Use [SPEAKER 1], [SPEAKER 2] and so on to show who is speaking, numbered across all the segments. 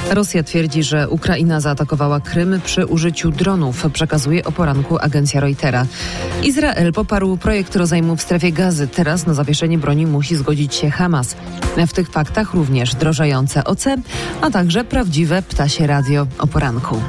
[SPEAKER 1] Rosja twierdzi, że Ukraina zaatakowała Krym przy użyciu dronów, przekazuje o poranku agencja Reutera. Izrael poparł projekt rozejmu w strefie Gazy. Teraz na zawieszenie broni musi zgodzić się Hamas. W tych faktach również drożejące OC, a także prawdziwe ptasie radio o poranku.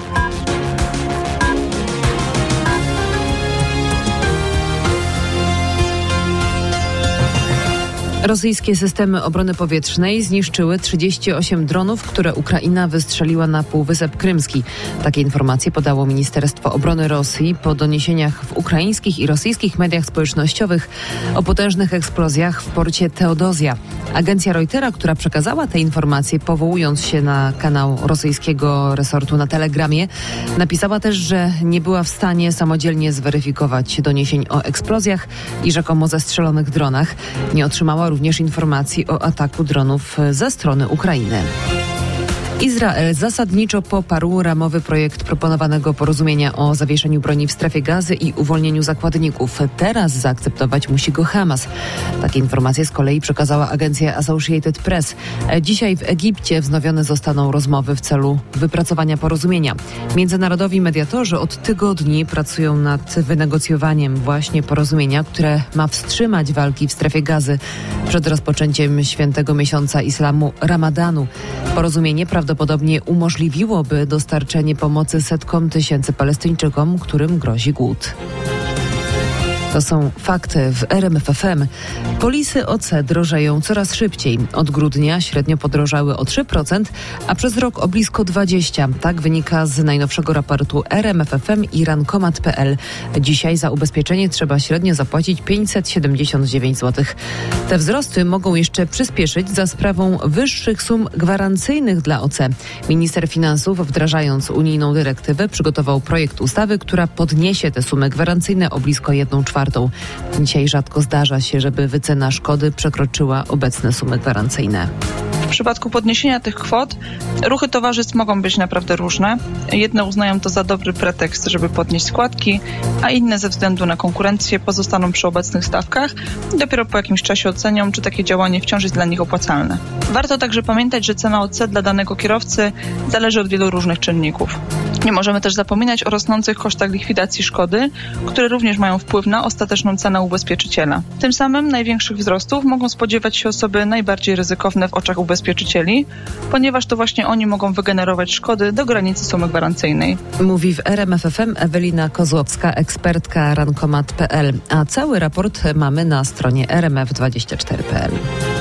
[SPEAKER 1] Rosyjskie systemy obrony powietrznej zniszczyły 38 dronów, które Ukraina wystrzeliła na Półwysep Krymski. Takie informacje podało Ministerstwo Obrony Rosji po doniesieniach w ukraińskich i rosyjskich mediach społecznościowych o potężnych eksplozjach w porcie Teodozja. Agencja Reutera, która przekazała te informacje, powołując się na kanał rosyjskiego resortu na Telegramie, napisała też, że nie była w stanie samodzielnie zweryfikować doniesień o eksplozjach i rzekomo zestrzelonych dronach. Nie otrzymała również informacji o ataku dronów ze strony Ukrainy. Izrael zasadniczo poparł ramowy projekt proponowanego porozumienia o zawieszeniu broni w strefie Gazy i uwolnieniu zakładników. Teraz zaakceptować musi go Hamas. Takie informacje z kolei przekazała agencja Associated Press. Dzisiaj w Egipcie wznowione zostaną rozmowy w celu wypracowania porozumienia. Międzynarodowi mediatorzy od tygodni pracują nad wynegocjowaniem właśnie porozumienia, które ma wstrzymać walki w strefie Gazy przed rozpoczęciem świętego miesiąca islamu Ramadanu. Porozumienie prawdopodobnie umożliwiłoby dostarczenie pomocy setkom tysięcy Palestyńczykom, którym grozi głód. To są fakty w RMF FM. Polisy OC drożeją coraz szybciej. Od grudnia średnio podrożały o 3%, a przez rok o blisko 20%. Tak wynika z najnowszego raportu RMF FM i rankomat.pl. Dzisiaj za ubezpieczenie trzeba średnio zapłacić 579 zł. Te wzrosty mogą jeszcze przyspieszyć za sprawą wyższych sum gwarancyjnych dla OC. Minister finansów, wdrażając unijną dyrektywę, przygotował projekt ustawy, która podniesie te sumy gwarancyjne o blisko 1/4. Dzisiaj rzadko zdarza się, żeby wycena szkody przekroczyła obecne sumy gwarancyjne.
[SPEAKER 2] W przypadku podniesienia tych kwot ruchy towarzystw mogą być naprawdę różne. Jedne uznają to za dobry pretekst, żeby podnieść składki, a inne ze względu na konkurencję pozostaną przy obecnych stawkach i dopiero po jakimś czasie ocenią, czy takie działanie wciąż jest dla nich opłacalne. Warto także pamiętać, że cena OC dla danego kierowcy zależy od wielu różnych czynników. Nie możemy też zapominać o rosnących kosztach likwidacji szkody, które również mają wpływ na ostateczną cenę ubezpieczyciela. Tym samym największych wzrostów mogą spodziewać się osoby najbardziej ryzykowne w oczach ubezpieczycieli, ponieważ to właśnie oni mogą wygenerować szkody do granicy sumy gwarancyjnej.
[SPEAKER 1] Mówi w RMF FM Ewelina Kozłowska, ekspertka rankomat.pl, a cały raport mamy na stronie rmf24.pl.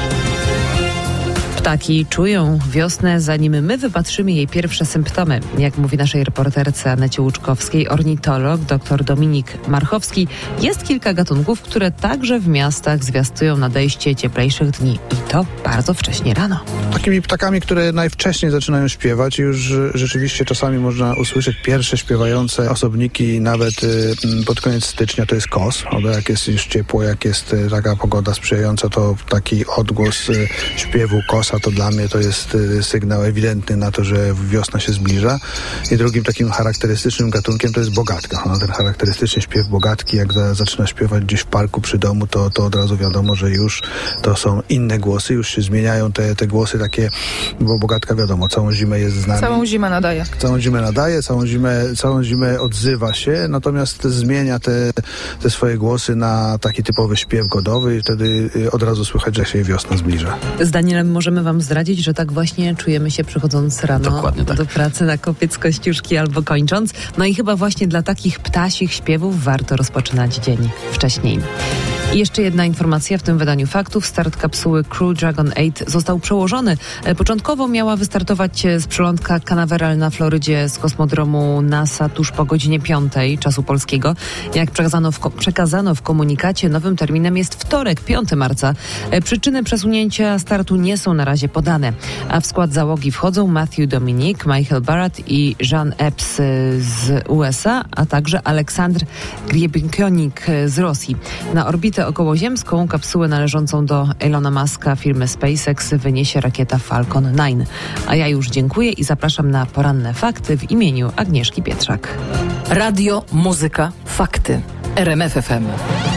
[SPEAKER 1] Ptaki czują wiosnę, zanim my wypatrzymy jej pierwsze symptomy. Jak mówi naszej reporterce Anecie Łuczkowskiej, ornitolog dr Dominik Marchowski, jest kilka gatunków, które także w miastach zwiastują nadejście cieplejszych dni. I to bardzo wcześnie rano.
[SPEAKER 3] Takimi ptakami, które najwcześniej zaczynają śpiewać, już rzeczywiście czasami można usłyszeć pierwsze śpiewające osobniki nawet pod koniec stycznia, to jest kos. Albo jak jest już ciepło, jak jest taka pogoda sprzyjająca, to taki odgłos śpiewu kosa, to dla mnie to jest sygnał ewidentny na to, że wiosna się zbliża. I drugim takim charakterystycznym gatunkiem to jest bogatka. Ten charakterystyczny śpiew bogatki, jak zaczyna śpiewać gdzieś w parku przy domu, to od razu wiadomo, że już to są inne głosy, już się zmieniają te głosy takie, bo bogatka wiadomo, całą zimę jest z nami.
[SPEAKER 2] Całą zimę nadaje, całą zimę odzywa się, natomiast zmienia te swoje głosy na taki typowy śpiew godowy i wtedy od razu słychać, że się wiosna zbliża.
[SPEAKER 1] Z Danielem możemy wam zdradzić, że tak właśnie czujemy się przychodząc rano do pracy na kopiec Kościuszki albo kończąc. No i chyba właśnie dla takich ptasich śpiewów warto rozpoczynać dzień wcześniej. I jeszcze jedna informacja w tym wydaniu faktów. Start kapsuły Crew Dragon 8 został przełożony. Początkowo miała wystartować z przylądka Canaveral na Florydzie z kosmodromu NASA tuż po godzinie 5 czasu polskiego. Jak przekazano w komunikacie, nowym terminem jest wtorek, 5 marca. Przyczyny przesunięcia startu nie są na razie podane. A w skład załogi wchodzą Matthew Dominic, Michael Barrett i Jean Epps z USA, a także Aleksandr Griebienkonik z Rosji. Na orbitę okołoziemską kapsułę należącą do Elona Muska firmy SpaceX wyniesie rakieta Falcon 9. A ja już dziękuję i zapraszam na poranne fakty w imieniu Agnieszki Pietrzak.
[SPEAKER 4] Radio, muzyka, fakty. RMF FM.